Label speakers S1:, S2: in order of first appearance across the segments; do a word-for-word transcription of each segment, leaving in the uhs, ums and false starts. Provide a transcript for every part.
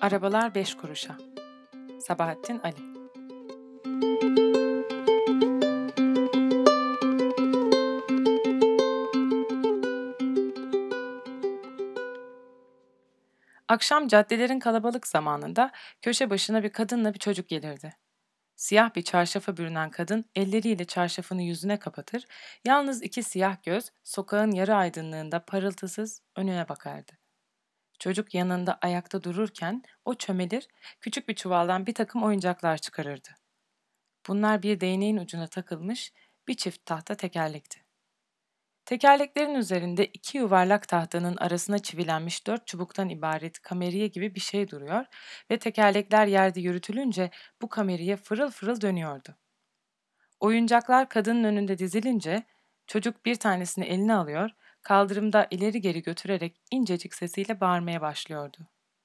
S1: Arabalar beş kuruşa. Sabahattin Ali. Akşam caddelerin kalabalık zamanında köşe başına bir kadınla bir çocuk gelirdi. Siyah bir çarşafa bürünen kadın elleriyle çarşafını yüzüne kapatır, yalnız iki siyah göz sokağın yarı aydınlığında parıltısız önüne bakardı. Çocuk yanında ayakta dururken o çömelir, küçük bir çuvaldan bir takım oyuncaklar çıkarırdı. Bunlar bir değneğin ucuna takılmış bir çift tahta tekerlekti. Tekerleklerin üzerinde iki yuvarlak tahtanın arasına çivilenmiş dört çubuktan ibaret kameriye gibi bir şey duruyor ve tekerlekler yerde yürütülünce bu kameriye fırıl fırıl dönüyordu. Oyuncaklar kadının önünde dizilince çocuk bir tanesini eline alıyor, kaldırımda ileri geri götürerek incecik sesiyle bağırmaya başlıyordu.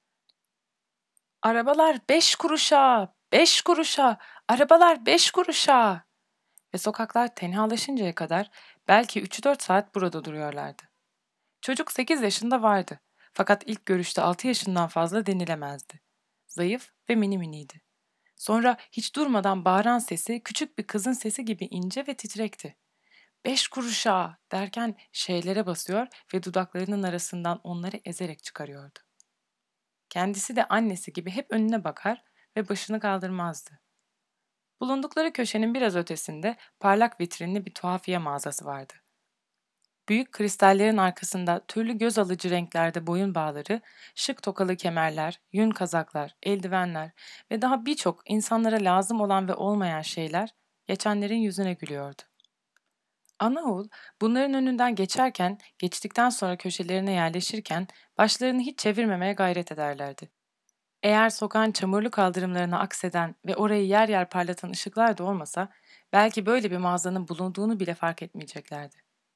S1: Arabalar beş kuruşa, beş kuruşa, arabalar beş kuruşa. Ve sokaklar tenhalaşıncaya kadar belki üç dört saat burada duruyorlardı. Çocuk sekiz yaşında vardı. Fakat ilk görüşte altı yaşından fazla denilemezdi. Zayıf ve mini miniydi. Sonra hiç durmadan bağıran sesi küçük bir kızın sesi gibi ince ve titrekti. Beş kuruşa derken şeylere basıyor ve dudaklarının arasından onları ezerek çıkarıyordu. Kendisi de annesi gibi hep önüne bakar ve başını kaldırmazdı. Bulundukları köşenin biraz ötesinde parlak vitrinli bir tuhafiye mağazası vardı. Büyük kristallerin arkasında türlü göz alıcı renklerde boyun bağları, şık tokalı kemerler, yün kazaklar, eldivenler ve daha birçok insanlara lazım olan ve olmayan şeyler geçenlerin yüzüne gülüyordu. Anaoğul bunların önünden geçerken, geçtikten sonra köşelerine yerleşirken başlarını hiç çevirmemeye gayret ederlerdi. Eğer sokağın çamurlu kaldırımlarına akseden ve orayı yer yer parlatan ışıklar da olmasa, belki böyle bir mağazanın bulunduğunu bile fark etmeyeceklerdi.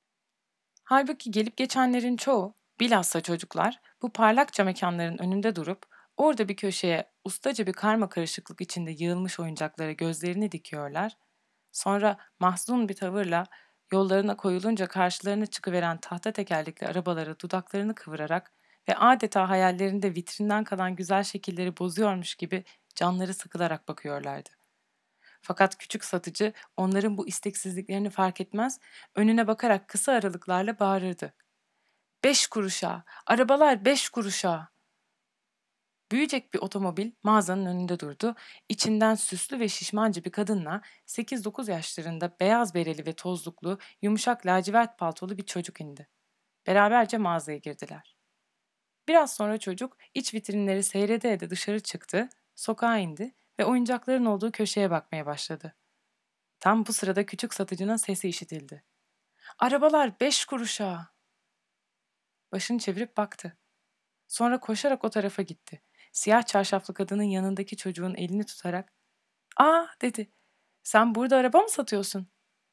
S1: Halbuki gelip geçenlerin çoğu, bilhassa çocuklar, bu parlakça mekanların önünde durup, orada bir köşeye ustaca bir karma karışıklık içinde yığılmış oyuncaklara gözlerini dikiyorlar, sonra mahzun bir tavırla yollarına koyulunca karşılarına çıkıveren tahta tekerlekli arabalara dudaklarını kıvırarak ve adeta hayallerinde vitrinden kalan güzel şekilleri bozuyormuş gibi canları sıkılarak bakıyorlardı. Fakat küçük satıcı onların bu isteksizliklerini fark etmez, önüne bakarak kısa aralıklarla bağırırdı. Beş kuruşa, arabalar beş kuruşa. Büyücek bir otomobil mağazanın önünde durdu. İçinden süslü ve şişmanca bir kadınla sekiz dokuz yaşlarında beyaz bereli ve tozluklu, yumuşak lacivert paltolu bir çocuk indi. Beraberce mağazaya girdiler. Biraz sonra çocuk iç vitrinleri seyrede ede dışarı çıktı, sokağa indi ve oyuncakların olduğu köşeye bakmaya başladı. Tam bu sırada küçük satıcının sesi işitildi. Arabalar beş kuruşa. Başını çevirip baktı. Sonra koşarak o tarafa gitti. Siyah çarşaflı kadının yanındaki çocuğun elini tutarak ''Aa'' dedi. ''Sen burada araba mı satıyorsun?''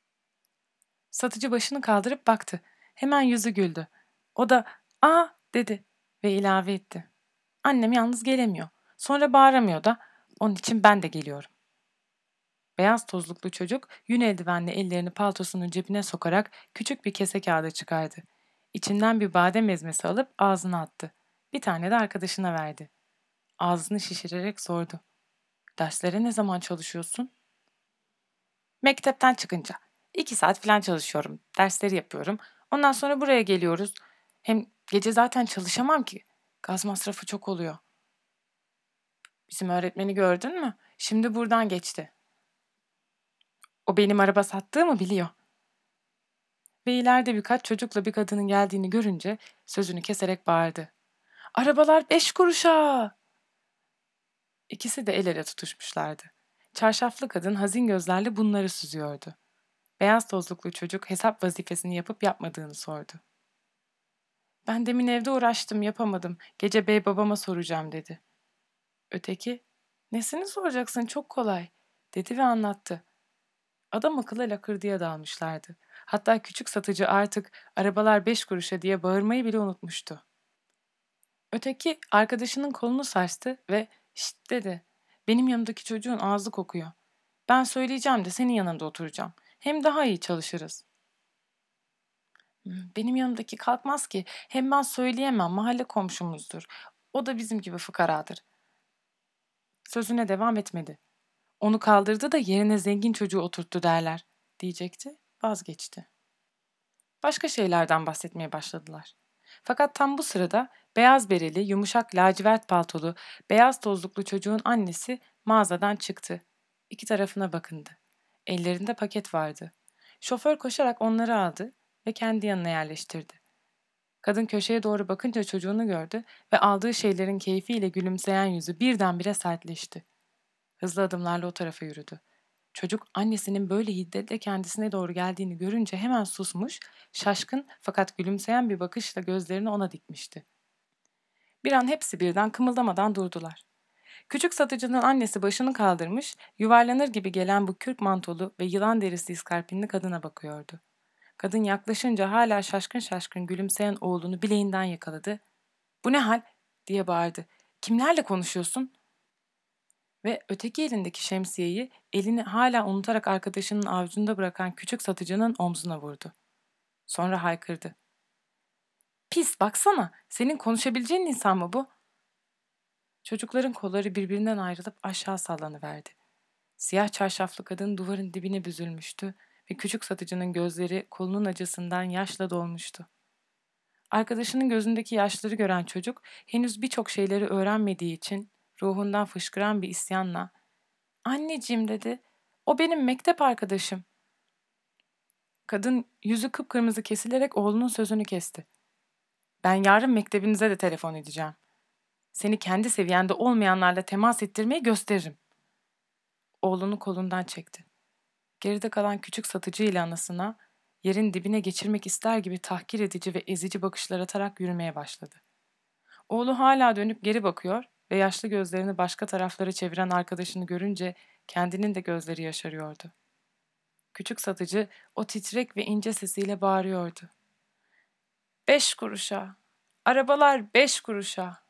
S1: Satıcı başını kaldırıp baktı. Hemen yüzü güldü. O da ''Aa'' dedi ve ilave etti. ''Annem yalnız gelemiyor. Sonra bağıramıyor da. Onun için ben de geliyorum.'' Beyaz tozluklu çocuk yün eldivenli ellerini paltosunun cebine sokarak küçük bir kese kağıdı çıkardı. İçinden bir badem ezmesi alıp ağzına attı. Bir tane de arkadaşına verdi. Ağzını şişirerek sordu. ''Derslere ne zaman çalışıyorsun?'' ''Mektepten çıkınca. İki saat falan çalışıyorum. Dersleri yapıyorum. Ondan sonra buraya geliyoruz. Hem gece zaten çalışamam ki. Gaz masrafı çok oluyor.'' ''Bizim öğretmeni gördün mü? Şimdi buradan geçti. O benim araba sattığımı biliyor.'' Ve ileride birkaç çocukla bir kadının geldiğini görünce sözünü keserek bağırdı. ''Arabalar beş kuruşa!'' İkisi de el ele tutuşmuşlardı. Çarşaflı kadın hazin gözlerle bunları süzüyordu. Beyaz tozluklu çocuk hesap vazifesini yapıp yapmadığını sordu. ''Ben demin evde uğraştım, yapamadım. Gece bey babama soracağım.'' dedi. Öteki, ''Nesini soracaksın, çok kolay.'' dedi ve anlattı. Adam akıllı lakırdıya dalmışlardı. Hatta küçük satıcı artık arabalar beş kuruşa diye bağırmayı bile unutmuştu. Öteki arkadaşının kolunu sarstı ve ''Şşt'' dedi. ''Benim yanımdaki çocuğun ağzı kokuyor. Ben söyleyeceğim de senin yanında oturacağım. Hem daha iyi çalışırız.'' "Hmm, Benim yanımdaki kalkmaz ki. Hem ben söyleyemem, mahalle komşumuzdur. O da bizim gibi fıkaradır.'' Sözüne devam etmedi. Onu kaldırdı da yerine zengin çocuğu oturttu derler, diyecekti, vazgeçti. Başka şeylerden bahsetmeye başladılar. Fakat tam bu sırada beyaz bereli, yumuşak lacivert paltolu, beyaz tozluklu çocuğun annesi mağazadan çıktı. İki tarafına bakındı. Ellerinde paket vardı. Şoför koşarak onları aldı ve kendi yanına yerleştirdi. Kadın köşeye doğru bakınca çocuğunu gördü ve aldığı şeylerin keyfiyle gülümseyen yüzü birdenbire sertleşti. Hızlı adımlarla o tarafa yürüdü. Çocuk annesinin böyle hiddetle kendisine doğru geldiğini görünce hemen susmuş, şaşkın fakat gülümseyen bir bakışla gözlerini ona dikmişti. Bir an hepsi birden kımıldamadan durdular. Küçük satıcının annesi başını kaldırmış, yuvarlanır gibi gelen bu kürk mantolu ve yılan derisi iskarpinli kadına bakıyordu. Kadın yaklaşınca hala şaşkın şaşkın gülümseyen oğlunu bileğinden yakaladı. "Bu ne hal?" diye bağırdı. "Kimlerle konuşuyorsun?" Ve öteki elindeki şemsiyeyi elini hala unutarak arkadaşının avucunda bırakan küçük satıcının omzuna vurdu. Sonra haykırdı. "Pis, baksana, senin konuşabileceğin insan mı bu?" Çocukların kolları birbirinden ayrılıp aşağı sallanıverdi. Siyah çarşaflı kadın duvarın dibine büzülmüştü ve küçük satıcının gözleri kolunun acısından yaşla dolmuştu. Arkadaşının gözündeki yaşları gören çocuk henüz birçok şeyleri öğrenmediği için ruhundan fışkıran bir isyanla "Anneciğim," dedi. "O benim mektep arkadaşım." Kadın yüzü kıpkırmızı kesilerek oğlunun sözünü kesti. "Ben yarın mektebinize de telefon edeceğim. Seni kendi seviyende olmayanlarla temas ettirmeyi gösteririm." Oğlunu kolundan çekti. Geride kalan küçük satıcı ile anasına yerin dibine geçirmek ister gibi tahkir edici ve ezici bakışlar atarak yürümeye başladı. Oğlu hala dönüp geri bakıyor ve yaşlı gözlerini başka taraflara çeviren arkadaşını görünce kendinin de gözleri yaşarıyordu. Küçük satıcı o titrek ve ince sesiyle bağırıyordu. "Beş kuruşa! Arabalar beş kuruşa!"